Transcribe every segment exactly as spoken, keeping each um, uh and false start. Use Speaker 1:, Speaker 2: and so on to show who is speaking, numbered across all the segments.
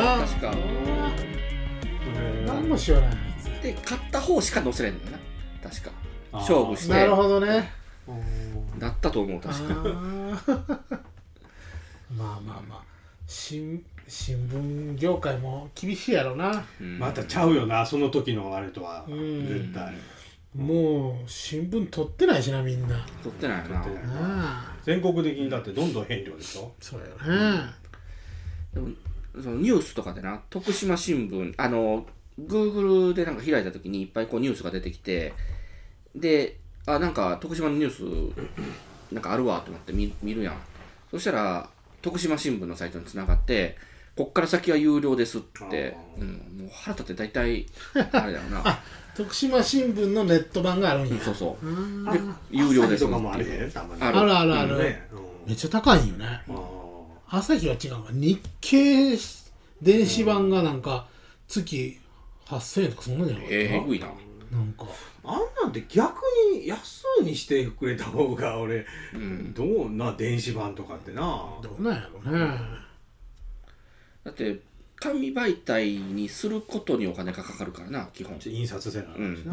Speaker 1: な
Speaker 2: 確か
Speaker 1: 何も知らないあいつ
Speaker 2: で勝った方しか載せれんのよな確か勝負して
Speaker 1: なるほどね
Speaker 2: だったと思う確か
Speaker 1: まあまあまあ新新聞業界も厳しいやろな、
Speaker 3: うん、またちゃうよなその時のあれとは、うん、絶対
Speaker 1: もう新聞取ってないしなみんな
Speaker 2: 取ってないよな
Speaker 3: 全国的にだってどんどん変量でしょ
Speaker 1: そうよね、
Speaker 2: うん、でもそのニュースとかでな徳島新聞あの Google でなんか開いた時にいっぱいこうニュースが出てきてであなんか徳島のニュースなんかあるわと思って見、見るやんそしたら徳島新聞のサイトに繋がってこっから先は有料ですって、うん、もう腹立って大体あれだよな
Speaker 1: あ徳島新聞のネット版があるんや、うん、
Speaker 2: そうそうで有料ですって
Speaker 3: もあるねたまに
Speaker 1: あるあるある、ある、ねうん、めっちゃ高いんよね朝日は違うわ日経電子版がなんか月はっせんえんとかそんなんじゃなかった
Speaker 2: えー、えぐいな
Speaker 3: なんかあんなんて逆に安にしてくれた方が俺、うん、どうな電子版とかってな
Speaker 1: どうなんやろね
Speaker 2: だって紙媒体にすることにお金がかかるからな基本
Speaker 3: 印刷せなあかんしな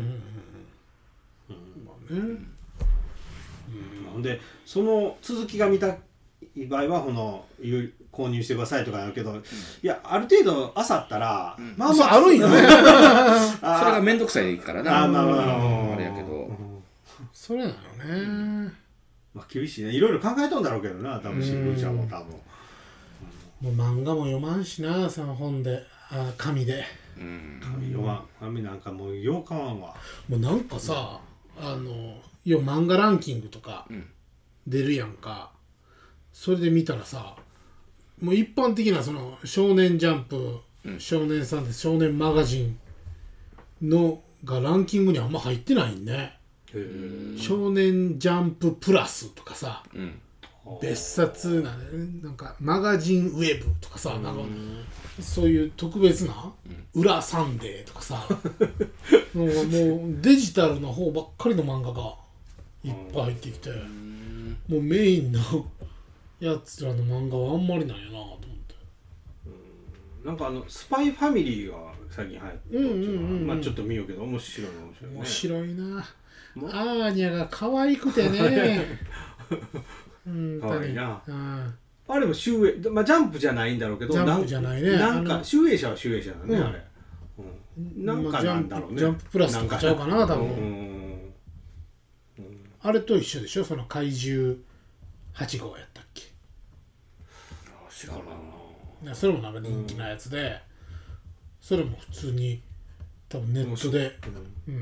Speaker 3: ほんでその続きが見たい場合はこの購入してくださいとかあるけど、うん、いやある程度朝ったら、うん、
Speaker 1: まあまああるんよね
Speaker 2: それがめんどくさいからなあ、まあまあ、あれやけど
Speaker 1: それなのね、
Speaker 3: まあ厳しいねいろいろ考えとんだろうけどな多分新聞社も多分
Speaker 1: もう漫画も読まんしなその本であ紙で、
Speaker 3: うん、紙読まん紙なんかもうようかわんわ
Speaker 1: もうなんかさ、うん、あの要は漫画ランキングとか出るやんか、うん、それで見たらさもう一般的なその少年ジャンプ、うん、少年サンデー少年マガジンのがランキングにあんま入ってないんね少年ジャンププラスとかさ、うん、別冊な、なんかマガジンウェブとかさなんかそういう特別な、うん、裏サンデーとかさもう、もうデジタルの方ばっかりの漫画がいっぱい入ってきてもうメインのやつらの漫画はあんまりなんやなと思って
Speaker 3: うんなんかあのスパイファミリーが最近流行ってるまあちょっと見ようけど面白い面白いね
Speaker 1: 面白いなアーニャが可愛くてね
Speaker 3: うん、かわいいな、うん、あれも集英、まあ、ジャンプじゃないんだろうけど
Speaker 1: ジャンプじゃないね
Speaker 3: なんか集英社は集英社だね、うん、あれ、うん、なんかなんだろうね
Speaker 1: ジャンププラスとかちゃうかな多分、うんうん、あれと一緒でしょその怪獣はち号やったっけ
Speaker 3: 知らん
Speaker 1: なそれもなんか人気なやつで、うん、それも普通に多分ネットで、うんうん、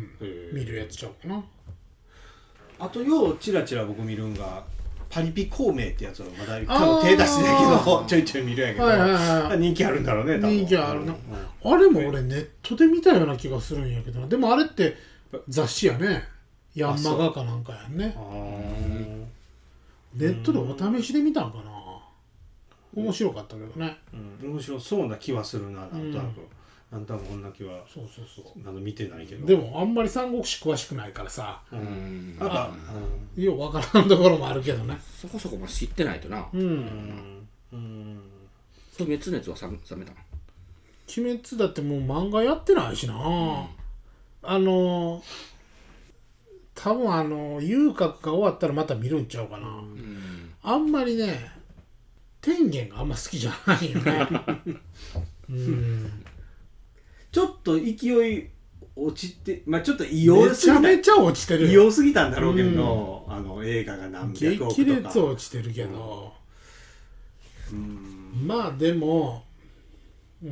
Speaker 1: 見るやつちゃうかな
Speaker 3: あとようチラチラ僕見るんがパリピ孔明ってやつをまだ手出してだけどちょいちょい見るんやけど、はいはいはい、人気あるんだろうね多分
Speaker 1: 人気あるな、うん、あれも俺ネットで見たような気がするんやけどでもあれって雑誌やねヤンマガかなんかやんねネットでお試しで見たんかな面白かったけどね、
Speaker 3: うん、面白そうな気はするななんとなく、うんなんとなくこんな気は
Speaker 1: そうそうそう
Speaker 3: あの見てないけど
Speaker 1: でもあんまり三国志詳しくないからさ
Speaker 3: うんなんか、
Speaker 1: うん、ようわからんところもあるけどね
Speaker 2: そこそこも知ってないとなうんうんうん鬼滅熱は冷めたの
Speaker 1: 鬼滅だってもう漫画やってないしな、うん、あの多分あの遊郭が終わったらまた見るんちゃうかな、うん、あんまりね天元があんま好きじゃないよねうん
Speaker 3: ちょっと勢い落ちて、まあちょっと異様すぎた。
Speaker 1: めちゃめちゃ落ちてるよ。
Speaker 3: 異様すぎたんだろうけど、うん、あの映画が何百億とか。
Speaker 1: 激烈落ちてるけど、うん、まあでも、うん、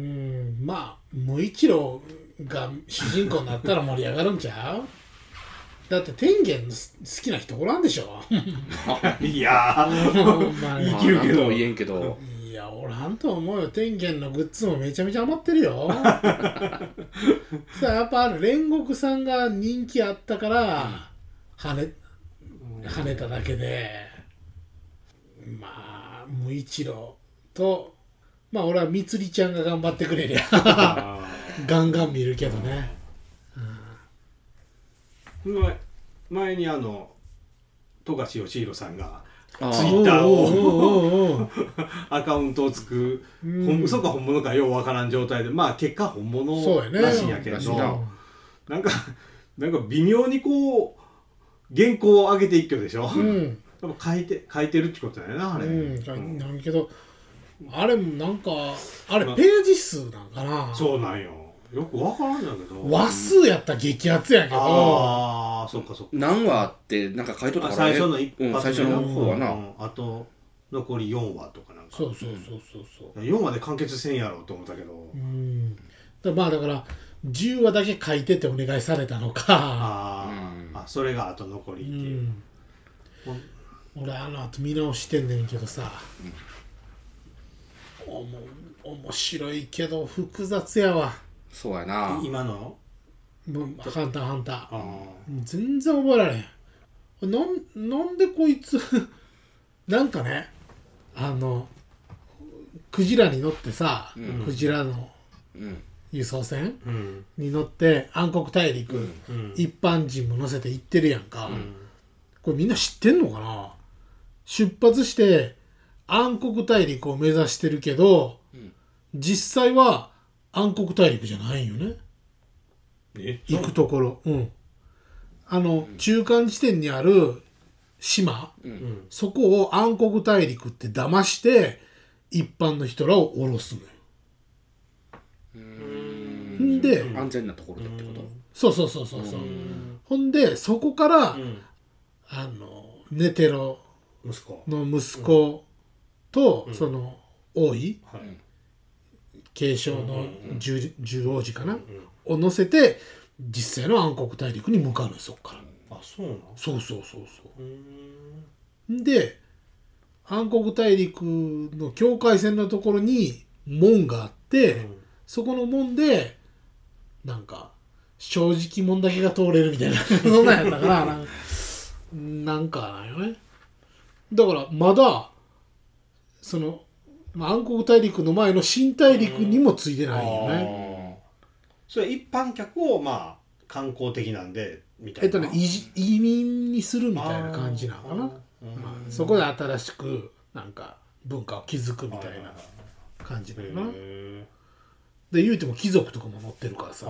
Speaker 1: まあ無一郎が主人公になったら盛り上がるんちゃう？だって天元好きな人おらんでしょ。
Speaker 3: いやー、生きるけど
Speaker 2: 言えんけど。
Speaker 1: いやおらんと思うよ天元のグッズもめちゃめちゃ余ってるよさあやっぱある煉獄さんが人気あったから跳ね跳ねただけでまあ無一郎とまあ俺はみつりちゃんが頑張ってくれりゃガンガン見るけどね、
Speaker 3: うん、前にあの富樫義弘さんがツイッター
Speaker 1: を
Speaker 3: をアカウントをつく、うん、嘘か本物かようわからん状態で、まあ結果本物らしいんやけど、ね、なんかなんか微妙にこう原稿を上げて一挙でしょ、うん、多分書いて書いてるってことだよなあれ、
Speaker 1: うん、なんけどあれもなんかあれページ数なんかな、まあ、
Speaker 3: そうなんよ、よくわからんだけど
Speaker 1: 話数やったら激アツやけど、
Speaker 3: ああそっかそっか、
Speaker 2: 何話ってなんか書いとったから
Speaker 3: ね、最初の一発、
Speaker 2: うん、最初の方はな、
Speaker 3: うん、あと残りよんわとかなんか、
Speaker 1: そうそうそうそうそう、
Speaker 3: よんわで完結せんやろうと思ったけど、
Speaker 1: うんだまあだからじゅうわだけ書いてってお願いされたのか、
Speaker 3: あ、うん、あそれがあと残りっていう、
Speaker 1: うん、俺あの後見直してんねんけどさ、うん、おも面白いけど複雑やわ。
Speaker 2: そうやな、
Speaker 3: 今の
Speaker 1: ハンターハンター全然覚えられへん。なんなんでこいつなんかね、あのクジラに乗ってさ、うん、クジラの輸送船、うん、に乗って暗黒大陸、うん、一般人も乗せて行ってるやんか、うん、これみんな知ってんのかな。出発して暗黒大陸を目指してるけど、うん、実際は暗黒大陸じゃないよね。
Speaker 3: え
Speaker 1: 行くところ、うん、あの、うん、中間地点にある島、うん、そこを暗黒大陸って騙して一般の人らを降ろすのよ。
Speaker 2: うーんで安全なところでってこと。
Speaker 1: そうそうそうそうそう。ほんでそこから、うん、あのネテロの息子と、うん、その王位、はい、継承の十王子かな、を乗せて実際の暗黒大陸に向かうのよ、そっから。
Speaker 3: あ、そうなの。
Speaker 1: そうそうそうそう。で暗黒大陸の境界線のところに門があって、うん、そこの門でなんか正直門だけが通れるみたいなそんなんやったからなんかなんかなんよね。だからまだその、まあ、暗黒大陸の前の新大陸にもついてないよね。
Speaker 3: それ一般客をまあ観光的なんでみたいな。
Speaker 1: えっとね移民にするみたいな感じなのかな。まあ、そこで新しくなんか文化を築くみたいな感じなのかな。で言うても貴族とかも乗ってるからさ。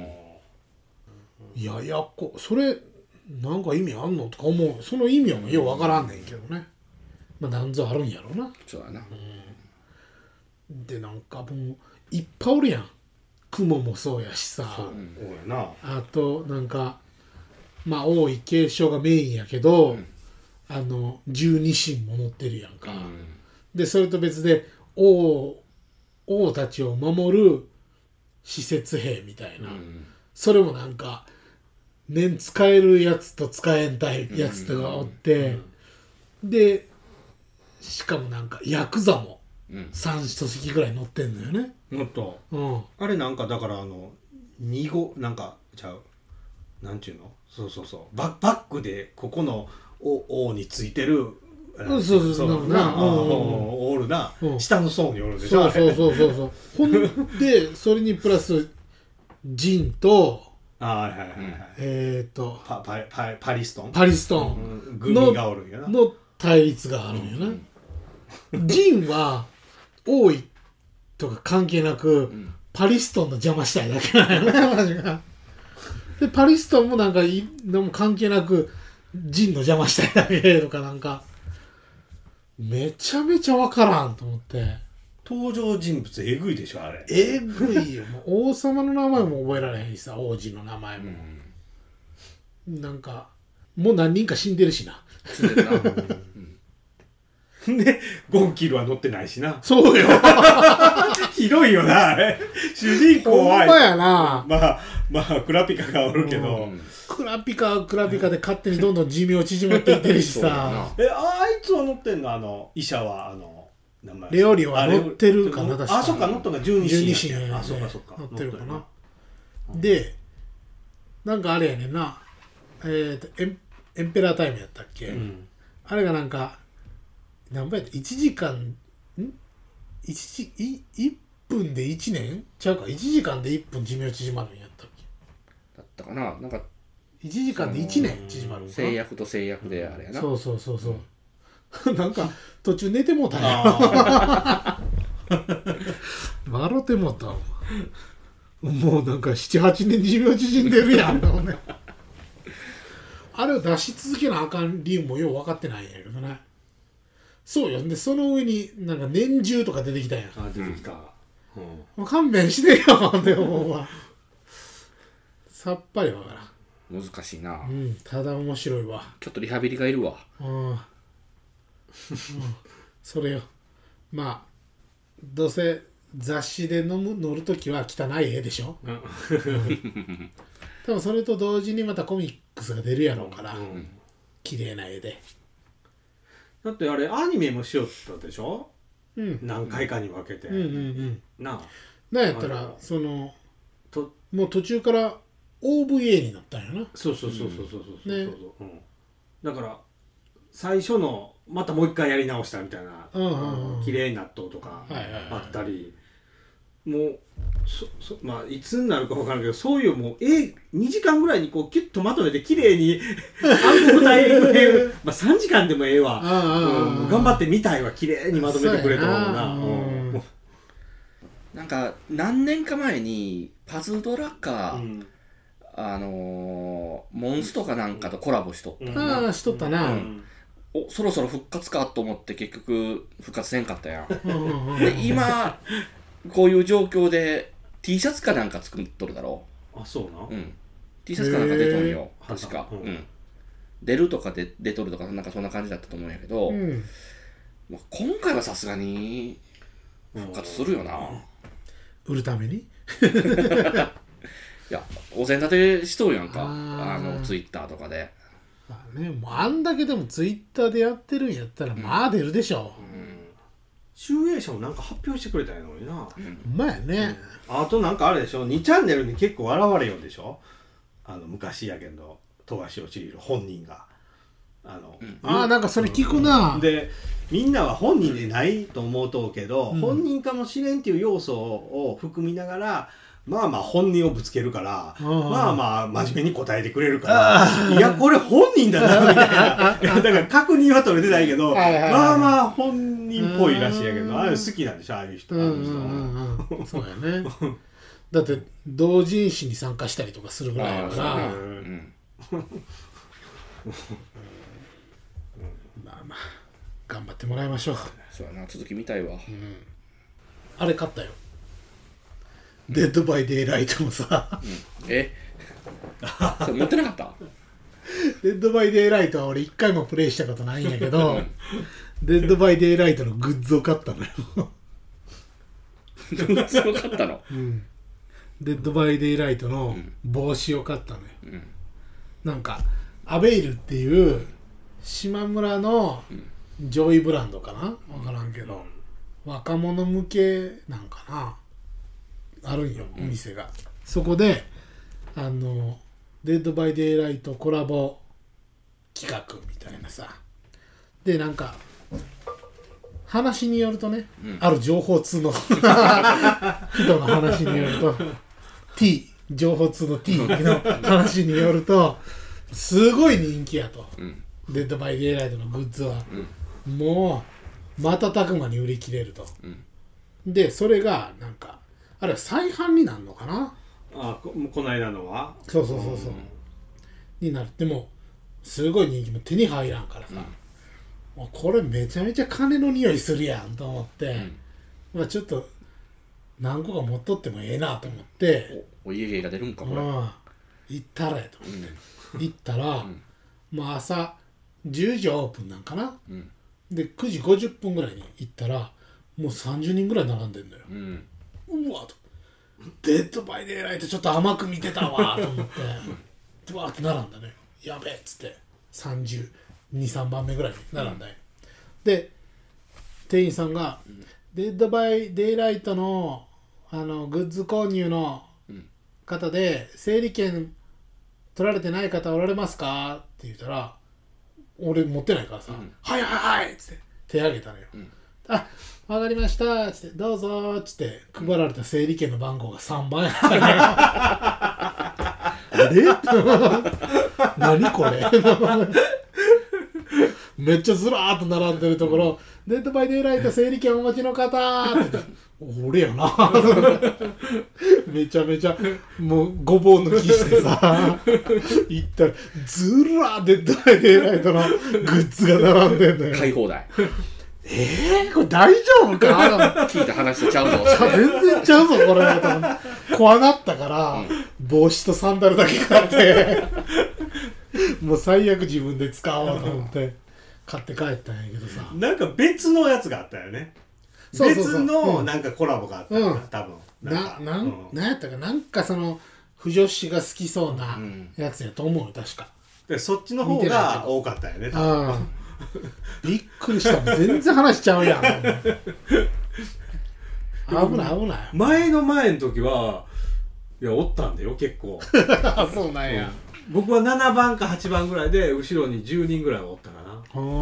Speaker 1: いやいやこそれなんか意味あんのとか思う。その意味はようわからんねんけどね。まあ何ぞあるんやろうな。
Speaker 2: そうやな。
Speaker 1: うん、でなんかもういっぱいおるやん。雲もそうやしさ。
Speaker 3: そうやな。
Speaker 1: あとなんかまあ王位継承がメインやけど、うん、あの十二神も乗ってるやんか。うん、でそれと別で王王たちを守る施設兵みたいな、うん、それもなんか年使えるやつと使えんたいやつとかおって、うん、でしかもなんかヤクザもさん席ぐらい乗ってんのよね。
Speaker 3: 乗った、
Speaker 1: うん、
Speaker 3: あれなんかだからあのに号なんかちゃうなんちゅうのそうそうそうバックでここの王についてる
Speaker 1: そうそうそうな
Speaker 3: おるな、うん、下の層におるでしょ。
Speaker 1: そうそうそうそうほんでそれにプラスジンと
Speaker 3: あはいはいはい、
Speaker 1: えっ、ー、と
Speaker 3: パパパパリストン
Speaker 1: パリストンの、うん、
Speaker 3: がおるんやな
Speaker 1: の対立があるんよな、うん、ジンは王位とか関係なく、うん、パリストンの邪魔したいだけなんよね私が。でパリストンもなんかいのも関係なくジンの邪魔したいだけとかなんかめちゃめちゃわからんと思って。
Speaker 3: 登場人物えぐいでしょあれ。
Speaker 1: えぐいよ。もう王様の名前も覚えられへんしさ、王子の名前も、うん、なんかもう何人か死んでるしな。死んでるな。
Speaker 3: でゴンキルは乗ってないしな。
Speaker 1: そうよ。
Speaker 3: ひどいよなあれ。主人公は
Speaker 1: ほんまやな。
Speaker 3: まあまあクラピカがおるけど、うん、
Speaker 1: クラピカクラピカで勝手にどんどん寿命縮まっていってるしさ。
Speaker 3: えあいつは乗ってんのあの医者はあの
Speaker 1: 名前レオリオは乗ってるかな。
Speaker 3: あそっか乗ったのが十二神
Speaker 1: や、ね、
Speaker 3: あそっかそっか
Speaker 1: 乗ってるかな。うん、でなんかあれやねんな。えーとエン、エンペラータイムやったっけ、うん、あれがなんか何倍やったいちじかんんいちじいっぷんでいちねんちゃうかいちじかんでいっぷん寿命縮まるんやったっけ
Speaker 2: だったかな。なんか
Speaker 1: いちじかんでいちねん縮まる
Speaker 2: 制約と制約であれやな。
Speaker 1: そうそうそうそう、うん、 なんか途中寝てもうたよ笑ってもうたもうなんかななはちねん寿命縮んでるやんねあれを出し続けなあかん理由もよう分かってないんやけどね。そうよ。でその上になんか年中とか出てきたやん。
Speaker 3: あ出てきた、うん、
Speaker 1: もう勘弁してよって思うわさっぱりわから
Speaker 2: ん。難しいな、
Speaker 1: うん、ただ面白いわ。
Speaker 2: ちょっとリハビリがいるわ。
Speaker 1: うん、うん、それよ。まあどうせ雑誌で飲む乗るときは汚い絵でしょ、うん、多分それと同時にまたコミックスが出るやろうから、うん、綺麗な絵で。
Speaker 3: だってあれアニメもしよったでしょ、
Speaker 1: うん、
Speaker 3: 何回かに分けて、
Speaker 1: うんうんうん、
Speaker 3: なあ
Speaker 1: なんやったらそのともう途中から オーブイエー になったんやな。
Speaker 3: そうそうそうそうそうそうそう、ね、うん、だから最初のまたもう一回やり直したみたいな、うんうんうん、綺麗納豆とかあったり、はいはいはい、もうそそまあいつになるか分からんけど、そういうもうえにじかんぐらいにこうキュッとまとめて綺麗に暗黒大陸編まあさんじかんでもええわ、うん、頑張ってみたいわ、綺麗にまとめてくれたもんな。うん、
Speaker 2: なんか何年か前にパズドラか、うん、あのー、モンストかなんかとコラボしとった、
Speaker 1: うん、ああしとったな、うん、
Speaker 2: おそろそろ復活かと思って結局復活せんかったやんで今こういう状況で T シャツかなんか作っとるだろ
Speaker 3: う。あ、そうな、
Speaker 2: うん、T シャツかなんか出とんよ確か、うんうん、出るとかで出とるとかなんかそんな感じだったと思うんやけど、うん、まあ、今回はさすがに復活するよな、
Speaker 1: 売るためにい
Speaker 2: やお膳立てしとるやんか、あのツイッターとかで、
Speaker 1: まあね、もうあんだけでもツイッターでやってるんやったらまあ出るでしょ、うん、
Speaker 3: 集英社もなんか発表してくれたんやのにな。
Speaker 1: うまいね、
Speaker 3: うん、あとなんかあれでしょ、にチャンネルに結構現れようでしょ、あの昔やけど富樫義弘本人があの、うん、
Speaker 1: ああなんかそれ聞くな、
Speaker 3: うん、でみんなは本人でないと思うとうけど、うん、本人かもしれんっていう要素を含みながらまあまあ本人をぶつけるから、うん、まあまあ真面目に答えてくれるから、いやこれ本人だなみたいなだから確認は取れてないけどはいはい、はい、まあまあ本人っぽいらしいやけど、あれ好きなんでしょ、ああいう人、うんうん
Speaker 1: うん、そうやねだって同人誌に参加したりとかするぐらいだから、うん、まあまあ頑張ってもらいましょう。
Speaker 2: そうやな、続き見たいわ、うん、
Speaker 1: あれ買ったよ、デッドバイデイライトもさ、
Speaker 2: うん、えそれ持ってなかった
Speaker 1: デッドバイデイライトは俺一回もプレイしたことないんやけどデッドバイデイライトのグッズを買ったのよ
Speaker 2: グッズを買ったの、
Speaker 1: うん、デッドバイデイライトの帽子を買ったのよ、うん、なんかアベイルっていう島村の上位ブランドかな、分からんけど若者向けなんかな、あるんよ、お店が、うん、そこであのデッドバイデイライトコラボ企画みたいなさで、なんか話によるとね、うん、ある情報通の人の話によると T 情報通の T の話によるとすごい人気やと、うん、デッドバイデイライトのグッズは、うん、もう瞬く間に売り切れると、うん、でそれがなんかあれは再販になるのかな、
Speaker 3: あここの間のは
Speaker 1: そうそうそうそう、うん、になってもすごい人気も手に入らんからさ、うん、もうこれめちゃめちゃ金の匂いするやんと思って、うん、まあちょっと何個か持っとってもええなと思って
Speaker 2: おお家芸が出るんかこれ、うん、
Speaker 1: 行ったらやと思って、うん、行ったら、うん、まあ朝じゅうじオープンなんかな、うん、でくじごじゅっぷんぐらいに行ったらもうさんじゅうにんぐらい並んでんだよ、うん、うわとデッドバイデイライトちょっと甘く見てたわと思ってうわーって並んだね、やべえっつってさんじゅうに、さんばんめぐらいに並んだよ、うん、で店員さんが、うん、デッドバイデイライトのあのグッズ購入の方で整理券取られてない方おられますかって言ったら俺持ってないからさ、うん、はいはいはいっつって手挙げたのよ、うん、あわかりましたっつってどうぞっつって配られた整理券の番号がさんばんやったねあれ何これめっちゃずらーっと並んでるところ、デッドバイデイライト整理券お持ちの方って言って、俺やなめちゃめちゃもうごぼう抜きしてさ行ったらずらーデッドバイデイライトのグッズが並んでんだよ。
Speaker 2: 買い放題。
Speaker 1: えー、これ大丈夫か
Speaker 2: 聞いた話とちゃうぞ
Speaker 1: 全然ちゃうぞこれ怖なったから、うん、帽子とサンダルだけ買ってもう最悪自分で使おうと思って買って帰ったんやけどさ、
Speaker 3: なんか別のやつがあったよね。そうそうそう、別のなんかコラボがあったよ、うん、多分
Speaker 1: なんかな、なん、うん、なんやったかなんかその不女子が好きそうなやつやと思う確か
Speaker 3: でそっちの方が多かったよね多分
Speaker 1: びっくりした。全然話しちゃうやん。危ない危ない。
Speaker 3: 前の前の時はいやおったんだよ結構
Speaker 1: そうなんや、
Speaker 3: うん、僕はななばんかはちばんぐらいで後ろにじゅうにんぐらいおったかな。
Speaker 1: あ、うん、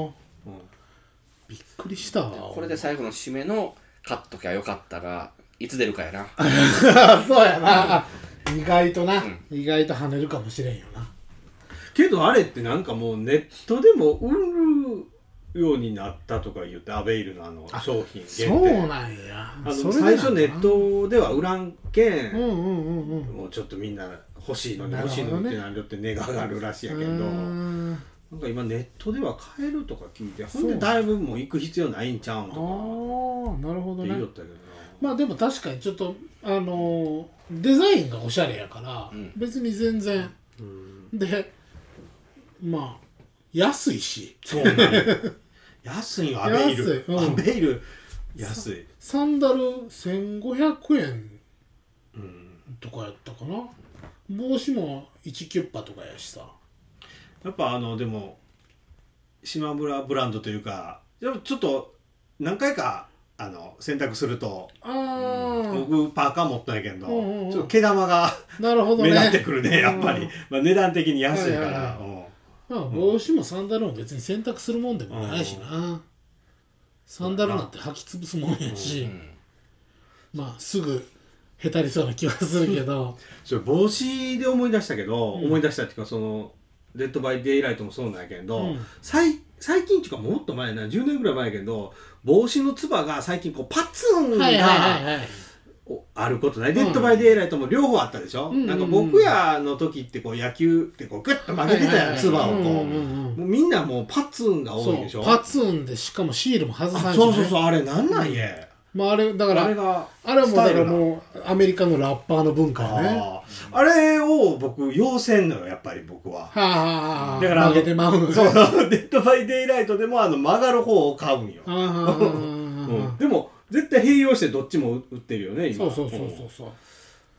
Speaker 1: びっくりしたわ。
Speaker 2: これで最後の締めの買っときゃよかったがいつ出るかやな
Speaker 1: そうやな、うん、意外とな、うん、意外と跳ねるかもしれんよな。
Speaker 3: けどあれってなんかもうネットでも売るようになったとか言ってアベイルのあの商品限定。
Speaker 1: そうなんや。
Speaker 3: あの最初ネットでは売らんけん、うんうんうんうん、もうちょっとみんな欲しいのに欲しいのにってなるって値が上がるらしいやけど、なんか今ネットでは買えるとか聞いて、ほんでだいぶもう行く必要ないんちゃうんとか。あ
Speaker 1: あ、なるほどね。
Speaker 3: って言おったけどな。
Speaker 1: まあでも確かにちょっとあのー、デザインがおしゃれやから、うん、別に全然、うん、でまあ安いし。
Speaker 3: そうね安いよアベイル、うん、アベイル安い。
Speaker 1: サンダルせんごひゃくえんとかやったかな。帽子もいちキュッパとかやしさ。
Speaker 3: やっぱあのでも島村ブランドというかちょっと何回かあの選択すると、あ僕パーカー持ったんやけど、うんうんうん、ちょっと毛玉がなるほど、ね、目立ってくるねやっぱり、まあ、値段的に安いから、はいはいはい、
Speaker 1: まあ、帽子もサンダルも別に選択するもんでもないしな、うん、サンダルなんて履き潰すもんやし、うん、まあすぐへたりそうな気はするけど
Speaker 3: それ帽子で思い出したけど、うん、思い出したっていうかそのデッドバイデイライトもそうなんやけど、うん、最, 最近っていうかもっと前なじゅうねんぐらい前やけど帽子のつばが最近こうパツンが、はいはいはいはい、あることない、うん、デッドバイデイライトも両方あったでしょ、うんうんうん、なんか僕やの時ってこう野球ってこうグッと曲げてたやんつばをこう、うんうんうん、もうみんなもうパツンが多いでしょ。
Speaker 1: パツンでしかもシールも外さない、
Speaker 3: ね、そうそうそうあれなんなんや、うん
Speaker 1: まあ、あれだからあれがあれもだからもうアメリカのラッパーの文化やね。
Speaker 3: あ, あれを僕要せんのよやっぱり僕は。は
Speaker 1: あはあ、
Speaker 3: だから
Speaker 1: 曲げてまうの、ね、
Speaker 3: そうデッドバイデイライトでもあの曲がる方を買うんよ。はあはあうん、でも絶対併用してどっちも売ってるよね今。
Speaker 1: そうそうそうそうそう。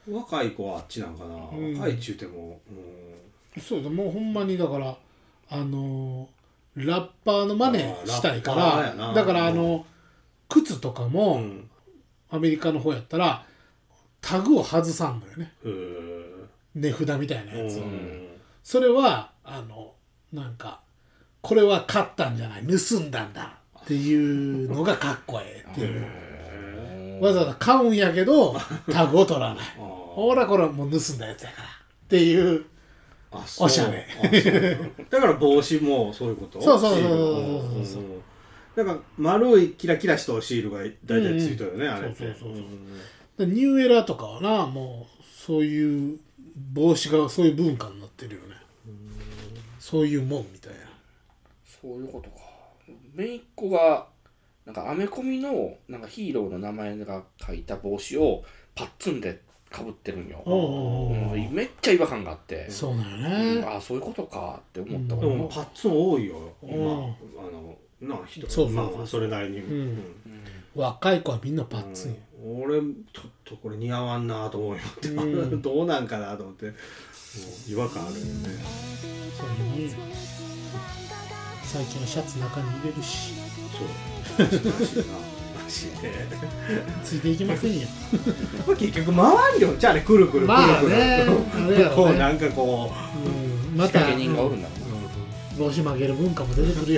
Speaker 3: 若い子はあっちなんかな、うん、若いっちゅうても、
Speaker 1: うん、そうだもうほんまにだからあのー、ラッパーの真似したいからだからあの靴とかも、うん、アメリカの方やったらタグを外さんのよね。値札みたいなやつを、うん、それはあのなんかこれは買ったんじゃない盗んだんだっていうのがかっこええっていうわざわざ買うんやけどタグを取らないほらこれはもう盗んだやつやからっていうおしゃれ
Speaker 3: だから帽子もそういうこと。
Speaker 1: そうそうそうそうそうそう
Speaker 3: なんか丸いキラキラしたシールが大体ついてるよね、うん、あれって。そうそうそう
Speaker 1: そう、うん、ニューエラーとかはなもうそういう帽子がそういう文化になってるよね。うんそういうもんみたいな。
Speaker 2: そういうことか。姪っ子がなんかアメコミのなんかヒーローの名前が書いた帽子をパッツンでかぶってるんよ。うん、めっちゃ違和感があって。
Speaker 1: そうだよね、
Speaker 2: うん、あそういうことかって思ったから、
Speaker 3: うん、でもパッツン多いよ今、うん、あのな人そうそうそう、まあ、それなりに、うんうん、
Speaker 1: 若い子はみんなパッツン、
Speaker 3: うん、俺ちょっとこれ似合わんなと思うよって、うん、どうなんかなと思ってもう違和感あるよね。
Speaker 1: そういうね最近はシャツ中に入れるし
Speaker 3: そうつ
Speaker 1: いていきませんよ
Speaker 3: 結局回るよじゃあねくるくるくるくる、まあね、こうなんかこう、
Speaker 2: うん、また仕掛け人がおるんだろ
Speaker 1: う、うん、帽子曲げる文化も出てくるよ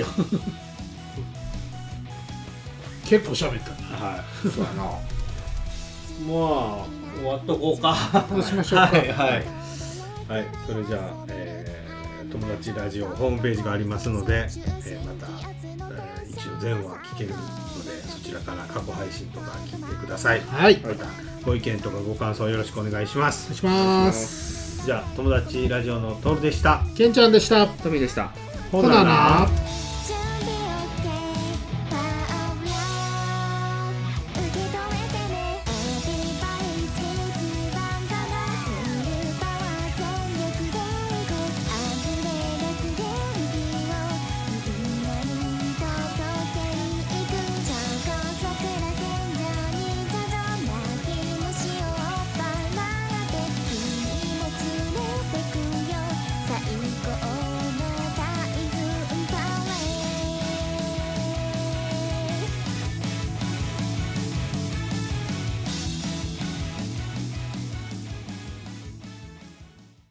Speaker 1: 結構喋ったな。
Speaker 3: はい。そうやな。まあ終わっとこうか。
Speaker 1: どうしましょうか。
Speaker 3: はいはい。はい。それじゃあ、えー、 友達ラジオホームページがありますので、えー、また、えー、一応全話聞けるのでそちらから過去配信とか聞いてください。
Speaker 1: はい。
Speaker 3: またご意見とかご感想よろしくお願いします。
Speaker 1: お願いします。
Speaker 3: じゃあ友達ラジオのトールでした。
Speaker 1: ケンちゃんでした。
Speaker 2: トミーでした。
Speaker 1: ほなな。